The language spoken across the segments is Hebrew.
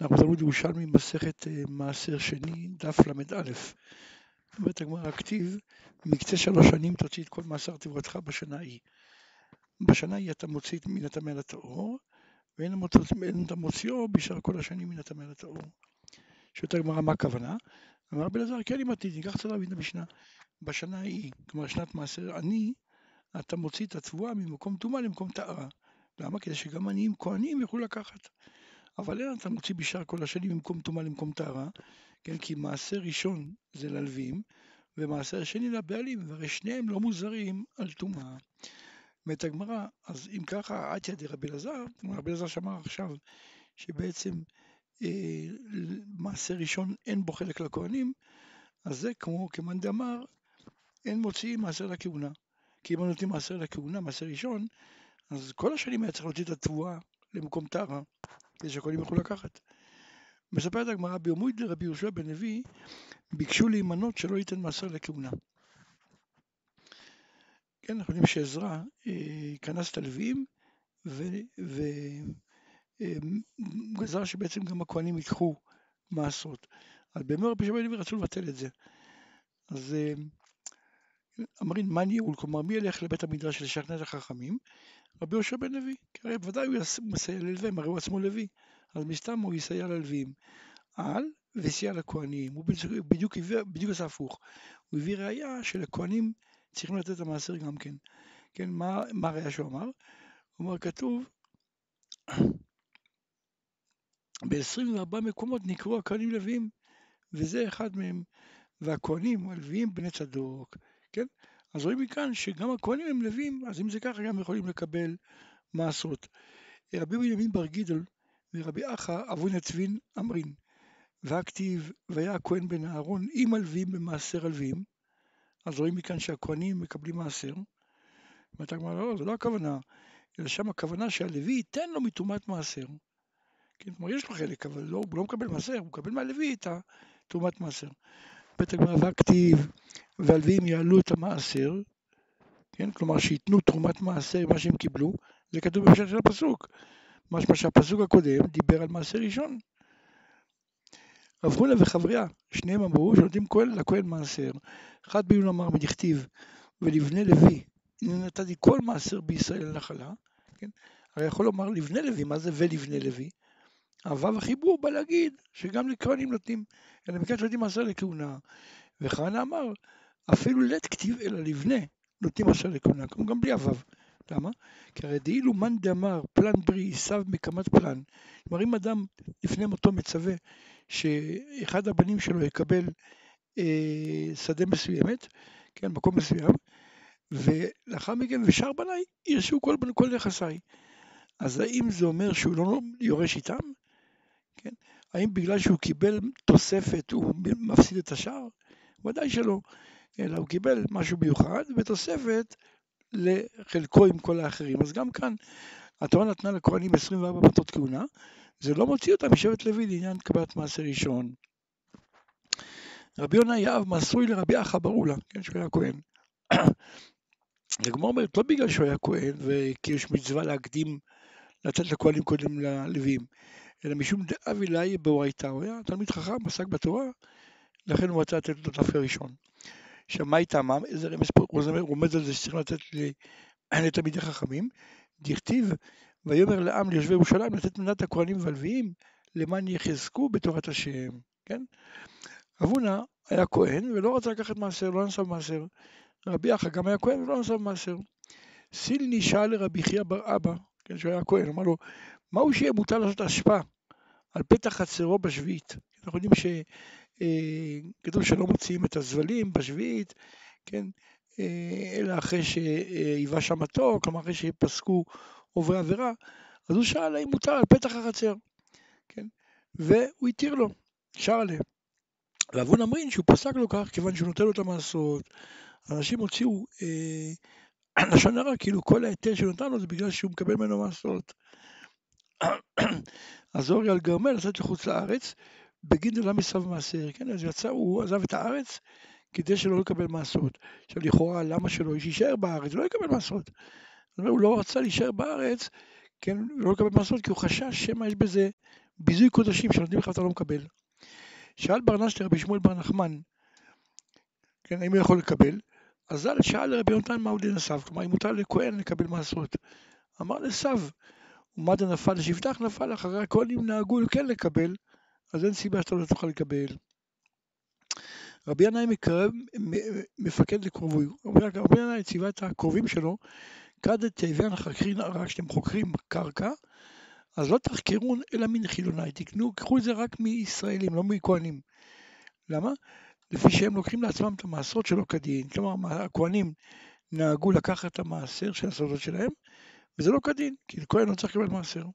אנחנו תלמוד ירושלמי מסכת מעשר שני דף ל"א. אומרת הגמרא הכתיב, מקצה 3 שנים תוציא את כל מעשר תברתך בשנה ההיא. בשנה ההיא אתה מוציא מן הטמא לטהור, ואין אתה מוציאו בשאר כל השנים מן הטמא לטהור. שואלת הגמרא מה הכוונה? אמר רבי אלעזר, כן לימדתי, ניקח קצת להבין את המשנה. בשנה ההיא, כלומר שנת מעשר עני, אתה מוציא את התבואה ממקום טומאה למקום טהרה. למה? כדי שגם עניים כהנים יוכלו לקחת. אבל אין אתה מוציא בשאר כל השנים ממקום טומאה למקום טהרה, כן, כי מעשר ראשון זה ללווים, ומעשר שני לבעלים, והרי שניהם לא מוזרים על טומאה. אומרת הגמרא, אז אם ככה, עתיה דרבי אלעזר, רבי אלעזר שאמר עכשיו, שבעצם מעשר ראשון אין בו חלק לכהנים, אז זה כמו כמאן דאמר, אין מוציאים מעשר לכהונה. כי אם נותנים מעשר לכהונה, מעשר ראשון, אז כל השנים היה צריך להוציא את התבואה למקום טהרה, כדי שהכהנים יוכלו לקחת. מספרת הגמרא, ביומוי דרבי יהושע בן לוי, ביקשו להימנות שלא ייתן מעשר לכהונה. כן, אנחנו יודעים שעזרא כנס את הלוויים, וגזר שבעצם גם הכהנים ייקחו מעשרות. אז בימי רבי יהושע בן לוי רצו לבטל את זה. אז אמרין, מה ניהול? כלומר, מי ילך לבית המדרש לשכנע את החכמים? רבי יהושע בן לוי, כי הרי ודאי הוא מסייע ללווים, הרי הוא עצמו לוי, אז מסתם הוא יסייע ללווים. וסייע לכהנים, הוא בדיוק עשה הפוך, הוא הביא ראיה שלכהנים צריכים לתת את המעשר גם כן. כן, מה הראיה שהוא אמר? הוא אומר, כתוב, ב-24 מקומות נקראו הכהנים לוויים, וזה אחד מהם, והכהנים הלוויים בני צדוק, כן? אז רואים מכאן שגם הכהנים הם לוויים, אז אם זה ככה גם יכולים לקבל מעשרות. רבי בנימין בר גידל ורבי אחא אבו נצבין אמרין, והכתיב, והיה הכהן בן אהרון עם הלוויים במעשר הלוויים, אז רואים מכאן שהכהנים מקבלים מעשר. ואתה אומר, לא, זה לא הכוונה, אלא שם הכוונה שהלוי ייתן לו מתרומת מעשר. כן, כלומר, יש לו חלק, אבל הוא לא מקבל מעשר, הוא מקבל מהלוי את תרומת מעשר. בית הגמרא והכתיב, והלוויים יעלו את המעשר, כן, כלומר שייתנו תרומת מעשר מה שהם קיבלו, זה כתוב בהמשך של הפסוק. משמע שהפסוק הקודם דיבר על מעשר ראשון. רב חונה וחבריה, שניהם אמרו שנותנים לכהן מעשר. אחד ביון אמר מדכתיב, ולבני לוי, נתתי כל מעשר בישראל לנחלה, כן? הרי יכול לומר לבני לוי, מה זה ולבני לוי? הוו החיבור בא להגיד שגם לכהנים נותנים, אלא מכאן שנותנים מעשר לכהונה. וחנה אמר, אפילו לית כתיב אלא לבני, נותנים מעשר לכהונה, כמו גם בלי הוו. למה? כי הרי דאילו מאן דאמר פלן ברי יישא מקמת פלן, כלומר אם אדם לפני מותו מצווה שאחד הבנים שלו יקבל שדה מסוימת, כן, מקום מסוים, ולאחר מכן ושאר בניי ירשו כל נכסיי. אז האם זה אומר שהוא לא יורש איתם? כן? האם בגלל שהוא קיבל תוספת הוא מפסיד את השאר? ודאי שלא, אלא הוא קיבל משהו מיוחד ותוספת לחלקו עם כל האחרים. אז גם כאן התורה נתנה לכהנים 24 מטות כהונה, זה לא מוציא אותם משבט לוי לעניין קבלת מעשר ראשון. רבי יונה יהב מסוי לרבי אחא בר אולה, כן, שהוא היה כהן. הגמרא אומרת, לא בגלל שהוא היה כהן וכי יש מצווה להקדים לתת לכהנים קודם ללוויים, אלא משום דאבי לאי באורייתא, הוא היה תלמיד חכם, עסק בתורה, לכן הוא רצה לתת לו דווקא ראשון. עכשיו מה איתם? איזה רמז פה? הוא רומז על זה שצריך לתת לתלמידי חכמים, דכתיב ויאמר לעם ליושבי ירושלים לתת מנת הכהנים והלוויים למען יחזקו בתורת השם, כן? רב הונא היה כהן ולא רצה לקחת מעשר, לא נשא במעשר. רבי אחא גם היה כהן ולא נשא במעשר. סילני שאל לרבי חייא בר אבא, כן, שהוא היה כהן, אמר לו, מהו שיהיה מותר לעשות אשפה על פתח חצרו בשביעית? אנחנו יודעים שכתוב שלא מוציאים את הזבלים בשביעית, כן, אלא אחרי שהיווה שם מתוק, כלומר אחרי שפסקו עוברי עבירה, אז הוא שאל האם מותר על פתח החצר, כן, והוא התיר לו, שר עליהם. רב הונא אמרין שהוא פסק לו כך כיוון שהוא נותן לו את המעשרות. אנשים הוציאו לשון הרע, כאילו כל ההיתר שהוא נתן לו זה בגלל שהוא מקבל ממנו מעשרות. אז אורי על גרמל לצאת לחוץ לארץ בגין דלא מסב מעשר, כן, אז יצא, הוא עזב את הארץ כדי שלא לקבל מעשרות. עכשיו לכאורה למה שלא יישאר בארץ, לא יקבל מעשרות. הוא לא רצה להישאר בארץ, כן, לא לקבל מעשרות כי הוא חשש שמה יש בזה ביזוי קודשים שנותנים לך אתה לא מקבל. שאל ברנש לרבי שמואל בר נחמן, כן, האם הוא יכול לקבל? אז שאל לרבי יונתן מה הוא לנסיו, כלומר אם מותר לכהן לקבל מעשרות. אמר לסיו, ומה דנפל לשבטך נפל, אחרי הכהנים נהגו כן לקבל, אז אין סיבה שאתה לא תוכל לקבל. רבי ינאי מפקד לקרובוי, רבי ינאי ציווה את הקרובים שלו, כד תאביין החוקרים, רק כשאתם חוקרים קרקע, אז לא תחקרון אלא מן חילוני, קחו את זה רק מישראלים, לא מכהנים. למה? לפי שהם לוקחים לעצמם את המעשרות שלו כדין, כלומר הכהנים נהגו לקחת את המעשר של הסודות שלהם, וזה לא כדין, כי כהן לא צריך לקבל מעשר.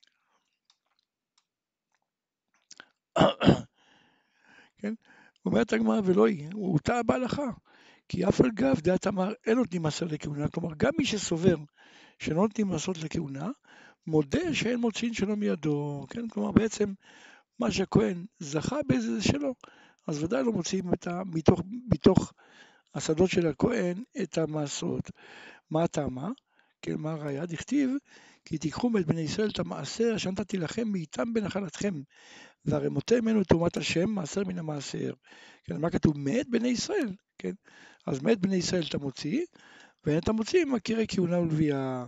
כן? אומרת הגמרא ולא היא, הוא טעה בהלכה, כי אף על גב דעת אמר אין נותנים מעשר לכהונה, כלומר גם מי שסובר שלא נותנים מעשרות לכהונה, מודה שאין מוציאים שלו מידו, כן? כלומר בעצם מה שהכהן זכה באיזה זה שלו, אז ודאי לא מוציאים מתוך השדות של הכהן את המעשרות. מה הטעמה? כן, מה הראיה? דכתיב, כי תיקחו מאת בני ישראל את המעשר אשר נתתי לכם מאיתם בנחלתכם, והרמותם ממנו תרומת השם מעשר מן המעשר. כן, מה כתוב? מאת בני ישראל, כן? אז מאת בני ישראל אתה מוציא, ואין אתה מוציא מכירי כהונה ולוויה.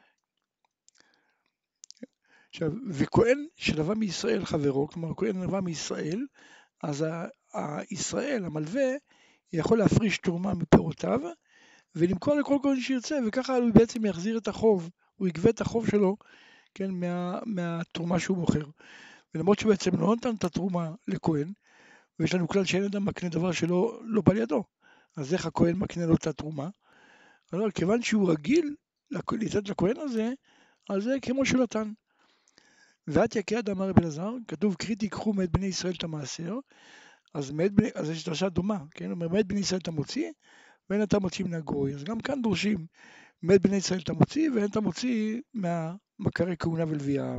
עכשיו, וכהן שלווה מישראל חברו, כלומר כהן נלווה מישראל, אז הישראל, המלווה, יכול להפריש תרומה מפירותיו, ולמכור לכל כהן שירצה, וככה הוא בעצם יחזיר את החוב, הוא יגבה את החוב שלו, כן, מהתרומה שהוא מוכר. ולמרות שהוא בעצם לא נתן את התרומה לכהן, ויש לנו כלל שאין אדם מקנה דבר שלא בא לידו, אז איך הכהן מקנה לו את התרומה? אבל כיוון שהוא רגיל לתת לכהן הזה, אז זה כמו שהוא נתן. ואת יקד אמר רבי אלעזר, כתוב קרי תיקחו מאת בני ישראל את המעשר, אז יש דרשה דומה, כן? אומר מאת בני ישראל אתה מוציא, ואין אתה מוציא מן הגוי. אז גם כאן דורשים מאת בני ישראל אתה מוציא, ואין אתה מוציא מהמכרי כהונה ולוויה.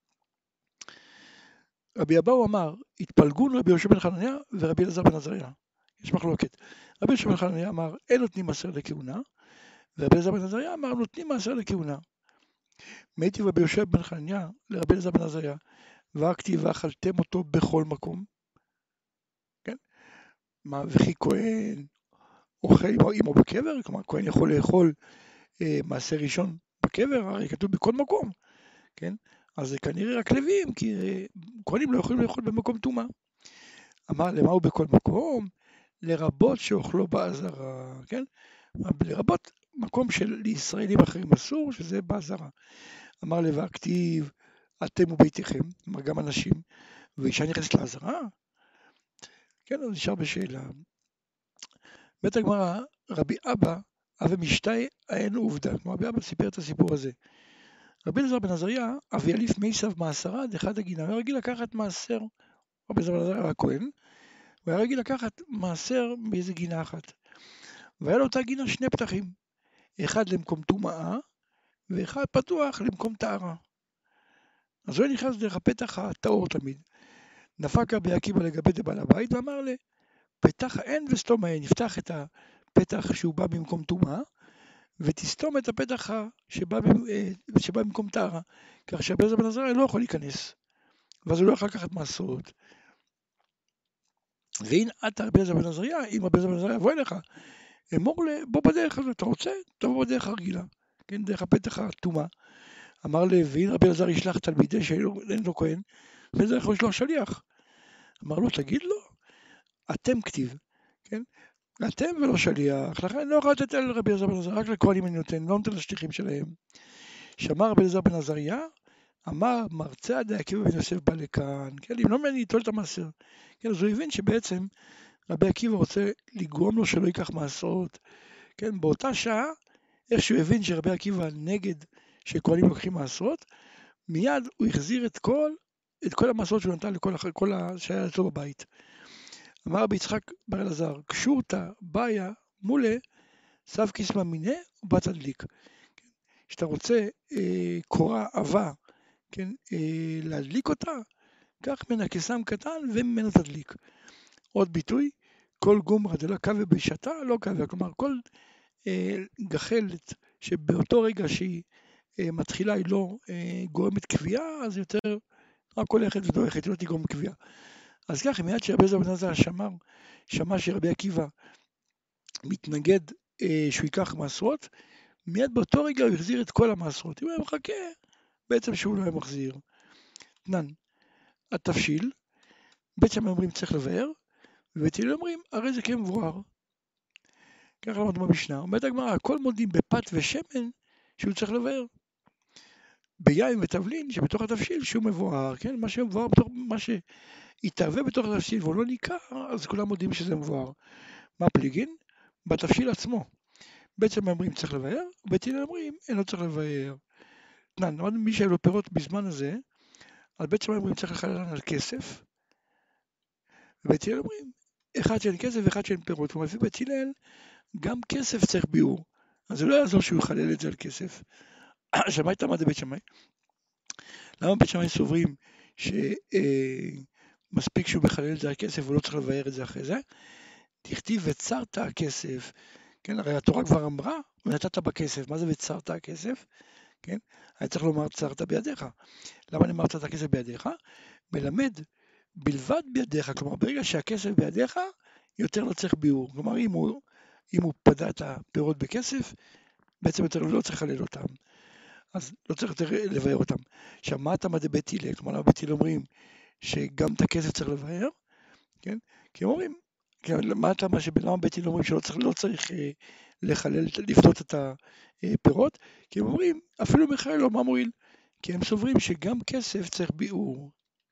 רבי אבאו אמר, התפלגון רבי יהושע בן חנניה ורבי אלעזר בן עזריה. יש מחלוקת. רבי יהושע בן חנניה אמר, אין נותנים מעשר לכהונה, ורבי אלעזר בן עזריה אמר, נותנים מעשר לכהונה. מאיתיב רבי יהושע בן חנניה לרבי אלעזר בן עזריה, והכתיב ואכלתם אותו בכל מקום. כן? מה, וכי כהן אוכל עמו בקבר? כלומר, כהן יכול לאכול מעשר ראשון בקבר, הרי כתוב בכל מקום, כן? אז זה כנראה רק לוויים, כי כהנים לא יכולים לאכול במקום טומאה. אמר, למה הוא בכל מקום? לרבות שאוכלו בעזרה, כן? לרבות מקום של ישראלים אחרים אסור, שזה בעזרה. אמר והכתיב, אתם וביתכם, כלומר גם אנשים, ואישה נכנסת לעזרה? כן, אז נשאר בשאלה. בית הגמרא, רבי אבא משתי אין עובדה, כמו רבי אבא סיפר את הסיפור הזה. רבי אלעזר בן עזריה, אבי אליף מייסב מעשרה דחד הגינה, הוא היה רגיל לקחת מעשר, רבי אלעזר בן עזריה היה כהן, הוא היה רגיל לקחת מעשר באיזה גינה אחת. והיה לו אותה גינה שני פתחים, אחד למקום טומאה, ואחד פתוח למקום טהרה. אז הוא נכנס דרך הפתח הטהור תמיד. נפק רבי עקיבא לגבי דבעל הבית ואמר לה, פתח אין וסתום אין, נפתח את הפתח שהוא בא במקום טומאה, ותסתום את הפתח שבא במקום טהרה, כך שרבי אלעזר בן עזריה לא יכול להיכנס, ואז הוא לא יכול לקחת מעשרות. והנה אתה רבי אלעזר בן עזריה, אם רבי אלעזר בן עזריה יבוא אליך, אמור בוא בדרך הזאת, אתה רוצה? תבוא בדרך הרגילה, כן, דרך הפתח הטומאה. אמר לי, והנה רבי אלעזר ישלח תלמידי שאין לו כהן, וזה יכול לשלוח שליח. אמר לו, תגיד לו, אתם כתיב, כן? אתם ולא שליח, לכן אני לא יכול לתת אל רבי אלעזר בן עזריה, רק לכהנים אני נותן, לא נותן לשליחים שלהם. שמע רבי אלעזר בן עזריה, אמר מרצה דעקיבא בן יוסף בא לכאן, כן? אם לא מעניין ליטול את המעשר. כן, אז הוא הבין שבעצם רבי עקיבא רוצה לגרום לו שלא ייקח מעשרות. כן, באותה שעה, איך שהוא הבין שרבי עקיבא נגד שכהנים לוקחים מעשרות, מיד הוא החזיר את כל המעשרות שהוא נתן לכל שהיה אצלו בבית. אמר רבי יצחק בר אלעזר, קשורתא באיה מולה סב קיסמא מיניה ובת תדליק. כשאתה רוצה קורה עבה, כן, להדליק אותה, קח ממנה קיסם קטן וממנו תדליק. עוד ביטוי, כל גומרא דלא קווה בשעתה לא קווה, כלומר כל גחלת שבאותו רגע שהיא מתחילה היא לא גורמת כוויה, אז יותר רק הולכת ודועכת, היא לא תגרום קביעה. אז ככה, מיד שרבי אליעזר בן עזרא שמע שרבי עקיבא מתנגד שהוא ייקח מעשרות, מיד באותו רגע הוא החזיר את כל המעשרות. הוא היה מחכה בעצם שהוא לא היה מחזיר. תנן, התבשיל, בית שמאי אומרים צריך לבאר, ובית הלל אומרים הרי זה כמבואר. ככה למדנו במשנה, אומרת הגמרא, הכל מודים בפת ושמן שהוא צריך לבאר. ביין ותבלין שבתוך התבשיל שהוא מבואר, כן? מה שמבואר בתוך, מה שיתהווה בתוך התבשיל והוא לא ניכר, אז כולם מודים שזה מבואר. מה פליגין? בתבשיל עצמו. בית שמאי אומרים צריך לבאר, ובית הלל אומרים אין לא צריך לבאר. תנן, מי שהיו לו פירות בזמן הזה, אז בית שמאי אומרים צריך לחלל על כסף, ובית הלל אומרים אחד שאין כסף ואחד שאין פירות. כלומר לפי בית הלל גם כסף צריך ביאור, אז זה לא יעזור שהוא יחלל את זה על כסף. עכשיו מה התאמה לבית שמאי? למה בית שמאי סוברים שמספיק שהוא מחלל את זה על כסף ולא צריך לבאר את זה אחרי זה? תכתיב וצרת הכסף, כן, הרי התורה כבר אמרה ונתת בכסף, מה זה וצרת הכסף? כן, היה צריך לומר צרת בידיך. למה נאמר צרת הכסף בידיך? מלמד בלבד בידיך, כלומר ברגע שהכסף בידיך יותר לא צריך ביאור, כלומר אם הוא פדה את הפירות בכסף, בעצם יותר לא צריך לחלל אותם, אז לא צריך יותר לבאר אותם. עכשיו מה התאמה דבית הלל? כלומר בית הלל אומרים שגם את הכסף צריך לבאר, כן? כי הם אומרים, מה התאמה למה בית הלל אומרים שלא צריך לחלל, לפדות את הפירות? כי הם אומרים אפילו מחלל לא, מה מועיל? כי הם סוברים שגם כסף צריך ביאור.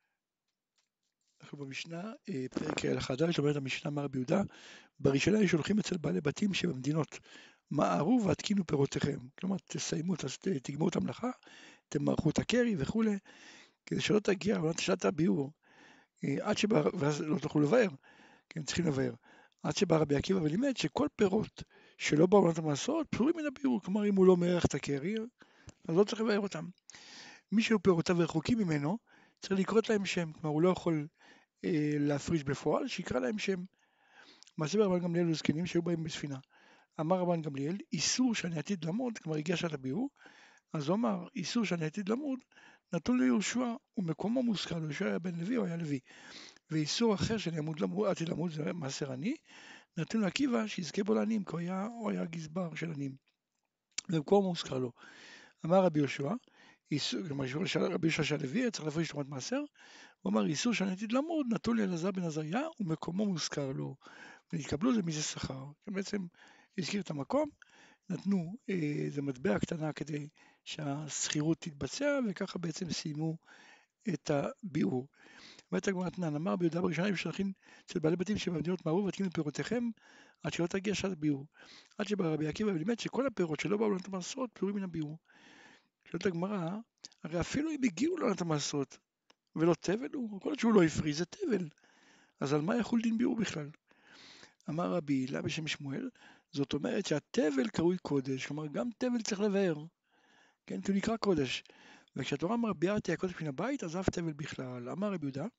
אנחנו במשנה, פרק הלכה ד' אומרת המשנה אמר רבי יהודה, בראשונה היו שולחים אצל בעלי בתים שבמדינות מערו והתקינו פירותיכם, כלומר תסיימו, תגמרו את המלאכה, תמרחו את הקרי וכולי, כדי שלא תגיע עונת שעת הביאור, עד שבא, ואז לא תוכלו לבאר, כן, צריכים לבאר, עד שבא רבי עקיבא ולימד שכל פירות שלא באו עונת המעשרות פטורים מן הביאור, כלומר אם הוא לא מרח את הקרי, אז לא צריך לבאר אותם. מי שהיו פירותיו רחוקים ממנו, צריך לקרות להם שם, כלומר הוא לא יכול להפריש בפועל, שיקרא להם שם. מעשה ברבן גמליאל וזקנים שהיו באים בספינה. אמר רבן גמליאל, איסור שאני עתיד למות, כלומר הגיע שעת הביאור, אז הוא אמר, איסור שאני עתיד למות, נתון ליהושע, ומקומו מוזכר, ליהושע היה בן לוי, הוא היה לוי. ואיסור אחר שאני עתיד למות, זה מעשר עני, נתון לעקיבא שיזכה בו לעניים, כי הוא היה גזבר של עניים. ומקומו מוזכר לו. אמר רבי יהושע, כלומר רבי יהושע של לוי, צריך להפריש תרומת מעשר, הוא אמר, איסור שאני עתיד למות, נתון לאלעזר בן עזריה, ומקומו מוזכר לו. ונתקבלו זה מזה שכר. בעצם הזכיר את המקום, נתנו איזה מטבע קטנה כדי שהשכירות תתבצע, וככה בעצם סיימו את הביאור. אומרת הגמרא תנן, אמר ביהודה בראשונה היו שולחים אצל בעלי בתים שבמדינות מערו והתקינו פירותיכם עד שלא תגיע שעת הביאור. עד שבא רבי עקיבא ולימד שכל הפירות שלא באו לעונת המעשרות פטורים מן הביאור. שואלת הגמרא, הרי אפילו אם הגיעו לעונת המעשרות ולא תבל הוא, כל עוד שהוא לא הפריז זה תבל, אז על מה יחול דין ביאור בכלל? אמר רבי הילה בשם שמואל, זאת אומרת שהתבל קרוי קודש, כלומר גם תבל צריך לבאר, כן, כי הוא נקרא קודש. וכשהתורה אמר ביארתי הקודש מן הבית, אז אף תבל בכלל. אמר רבי יהודה,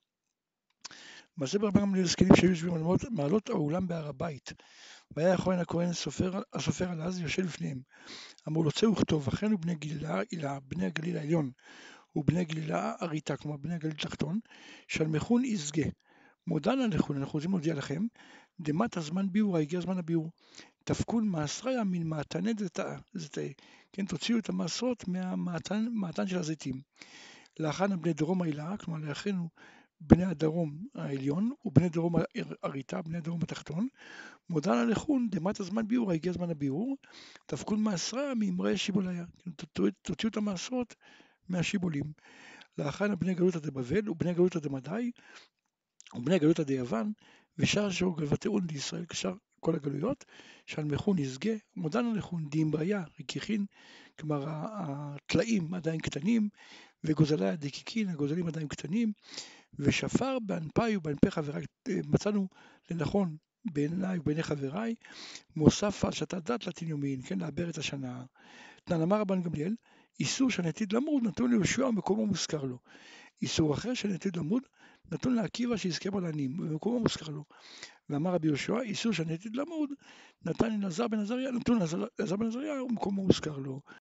מעשה ברבן גמליאל זקנים שהיו יושבים על מעלות האולם בהר הבית, והיה יכהן הכהן הסופר על אז יושב לפניהם. אמרו לו צא וכתוב, וכן הוא בני גלילה, בני הגליל העליון, ובני גלילה אריתה, כלומר בני הגליל תחתון, שלמכון יסגה. מודען עליכון, אנחנו רוצים להודיע לכם, דמת הזמן ביאור, הגיע הזמן הביאור. תפקון מעשריה מן מעתני זיתי, כן, תוציאו את המעשרות מהמעתן של הזיתים. לאחרנה בני דרום העילה, כלומר לאחינו בני הדרום העליון, ובני דרום אריתה, בני דרום התחתון. מודען עליכון, דמת הזמן ביאור, הגיע הזמן הביאור. תפקון מעשריה מאמרי שיבוליה, תוציאו את המעשרות מהשיבולים. לאחרנה בני גלותא דבבל ובני גלותא דמדי ובני גלותא דיוון ושאר אשר גלותיהון לישראל, כשאר כל הגלויות, שלמכון יסגה, מודען עליכון דאמריה רקיחין, כלומר הטלאים עדיין קטנים, וגוזליה דקיקין, הגוזלים עדיין קטנים, ושפר באנפי ובאנפי חבריי, מצאנו לנכון בעיניי ובעיני חבריי, מוסף על שתת דת לתין יומין, כן, לעבר את השנה. תנן אמר רבן גמליאל, איסור שאני עתיד למות נתון ליהושע ומקומו מוזכר לו. איסור אחר שאני עתיד למות נתון לעקיבא שיזכה בו לעניים ומקומו מוזכר לו. ואמר רבי יהושע, איסור שאני עתיד למות נתן אלעזר בן עזריה, נתון אלעזר בן עזריה ומקומו מוזכר לו.